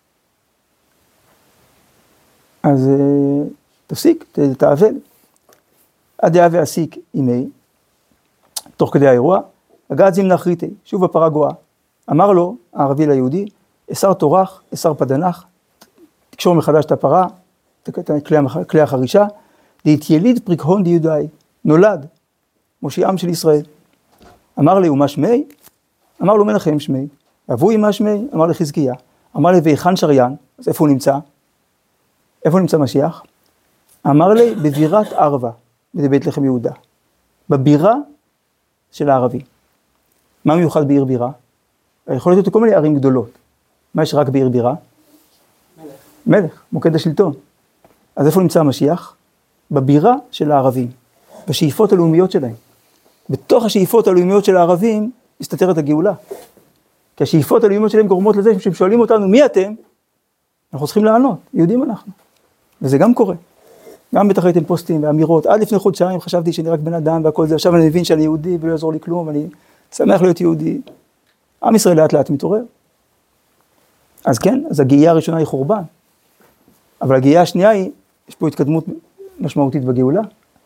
אז תפסיק, תעבל. עד דעה ועסיק אימי, תוך כדי האירוע, הגעת זימנה אחריתי, שוב הפרה גואה. אמר לו, הערבי ליהודי, אסר תורך, אסר פדנך, תקשור מחדש את הפרה, את כלי החרישה, דהתייליד פריקהון דיהודאי, נולד, מושיעם של ישראל. אמר לי, ומה שמי? אמר לו, מנחם שמי. אבוי מה שמי? אמר לחזקיה. אמר לי, ויחן שריין, אז איפה הוא נמצא? איפה נמצא משיח? אמר לי, בבירת ערבה, בבית לחם יהודה. בבירה של הערבי. מה מיוחד בעיר בירה? יכול להיות כל מיני ערים גדולות. מה יש רק בעיר בירה? מלך. מלך, מוקד השלטון. אז איפה נמצא המשיח? בבירה של הערבים, בשאיפות הלאומיות שלהם. בתוך השאיפות הלאומיות של הערבים, מסתתרת הגאולה. כי השאיפות הלאומיות שלהם גורמות לזה, שהם שואלים אותנו, מי אתם? אנחנו צריכים לענות, יהודים אנחנו. וזה גם קורה. גם בטח ראיתם פוסטים ואמירות, עד לפני חודשיים חשבתי שאני רק בן אדם והכל זה, עכשיו אני מבין שאני יהודי ולא יעזור לי כלום, אני שמח להיות יהודי. עם ישראל לאט לאט מתעורר. אז כן, אז הגייה הראשונה היא חורבן. אבל הגייה השנייה היא, יש פה התקדמות משמעותית בגאולה.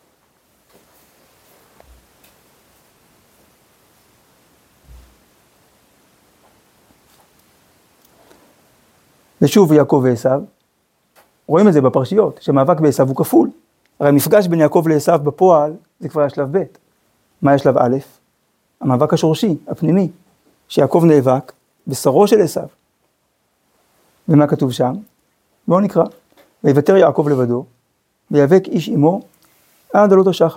ושוב יעקב ועשיו, רואים את זה בפרשיות, שמאבק בעשיו הוא כפול. הרי המפגש בין יעקב לעשיו בפועל, זה כבר השלב ב'. מה היה שלב א'? המאבק השורשי, הפנימי, שיעקב נאבק בשרו של עשיו. ומה כתוב שם? בואו נקרא. ויוותר יעקב לבדו, ויאבק איש עמו עד עלות השחר.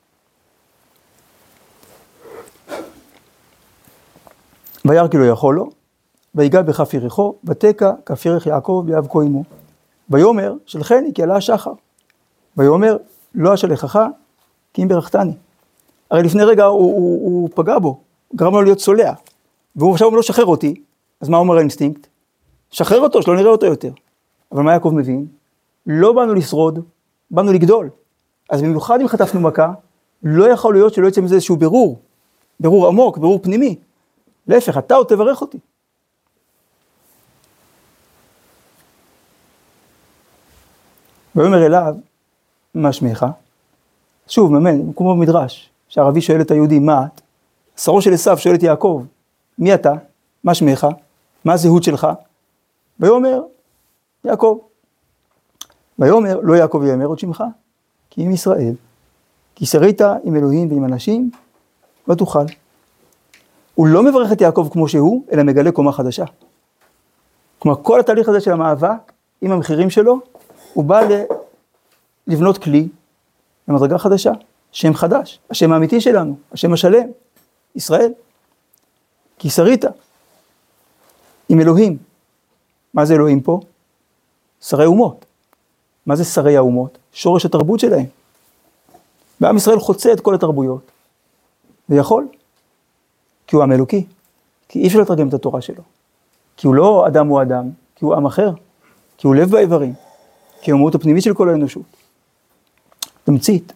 וירא כי לא יכול לו, ויגע בכף יריחו, ותקע כף ירך יעקב ויאבקו עמו. ויאמר, שלחני כי עלה השחר. ויאמר, לא אשלחך, כי אם ברכתני. הרי לפני רגע הוא, הוא, הוא פגע בו, גרם לו להיות צולע. והוא עכשיו לא שחרר אותי, אז מה אומר האינסטינקט? שחרר אותו, שלא נראה אותו יותר. אבל מה יעקב מבין? לא באנו לשרוד, באנו לגדול. אז במיוחד אם חטפנו מכה, לא יכול להיות שלא יצא מזה איזשהו ברור, ברור עמוק, ברור פנימי. להפך, אתה עוד תברך אותי. ויאמר אליו, מה שמך? שוב, מאמן, כמו במדרש, שהערבי שואל את היהודי, מה את? שרו של עשיו שואל את יעקב, מי אתה? מה שמך? מה הזהות שלך? ויאמר, יעקב. ויאמר, לא יעקב יאמר עוד שמך, כי אם ישראל. כי שרית עם אלוהים ועם אנשים, ותוכל. הוא לא מברך את יעקב כמו שהוא, אלא מגלה קומה חדשה. כלומר, כל התהליך הזה של המאבק, עם המחירים שלו, הוא בא לבנות כלי למדרגה חדשה, שם חדש, השם האמיתי שלנו, השם השלם, ישראל. כי שרית עם אלוהים. מה זה אלוהים פה? שרי אומות. מה זה שרי האומות? שורש התרבות שלהם. בעם ישראל חוצה את כל התרבויות. ויכול. כי הוא עם אלוקי. כי אי אפשר לתרגם את התורה שלו. כי הוא לא אדם הוא אדם, כי הוא עם אחר. כי הוא לב באיברים. כי הוא המהות הפנימית של כל האנושות. תמצית.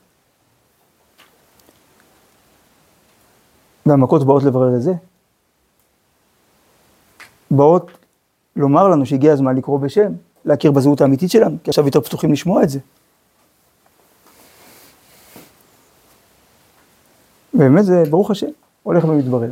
והמכות באות לברר את זה. באות לומר לנו שהגיע הזמן לקרוא בשם, להכיר בזהות האמיתית שלנו, כי עכשיו יותר פתוחים לשמוע את זה. ובאמת זה, ברוך השם, הולך ומתברר.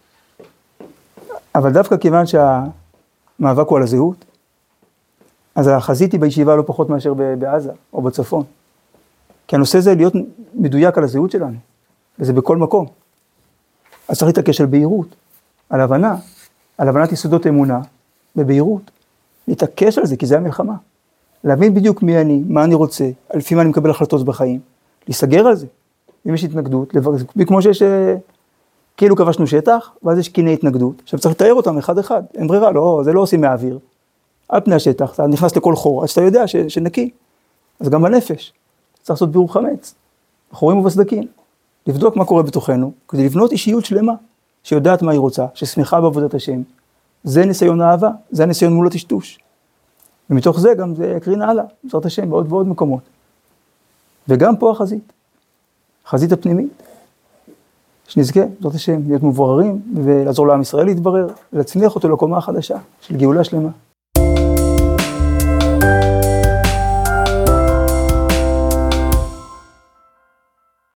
אבל דווקא כיוון שהמאבק הוא על הזהות, אז החזית היא בישיבה לא פחות מאשר בעזה או בצפון. כי הנושא זה להיות מדויק על הזהות שלנו, וזה בכל מקום. אז צריך להתעקש על בהירות, על הבנה, על הבנת יסודות אמונה, בבהירות. להתעקש על זה, כי זה המלחמה. להבין בדיוק מי אני, מה אני רוצה, לפי מה אני מקבל החלטות בחיים, להיסגר על זה. אם יש התנגדות, כמו שיש, כאילו כבשנו שטח, ואז יש קיני התנגדות. עכשיו צריך לתאר אותם אחד אחד, אין ברירה, לא, זה לא עושים מהאוויר. על פני השטח, אתה נכנס לכל חור, עד שאתה יודע ש, שנקי. אז גם בנפש, צריך לעשות בירור חמץ, בחורים ובסדקים, לבדוק מה קורה בתוכנו, כדי לבנות אישיות שלמה, שיודעת מה היא רוצה, ששמחה בעבודת השם. זה ניסיון האהבה, זה הניסיון מול הטשטוש. ומתוך זה גם זה יקרין הלאה, בעזרת השם, בעוד ועוד מקומות. וגם פה החזית, החזית הפנימית, שנזכה, בעזרת השם, להיות מבוררים, ולעזור לעם ישראל להתברר, ולהצמיח אותו לקומה החדשה, של גאולה שלמה.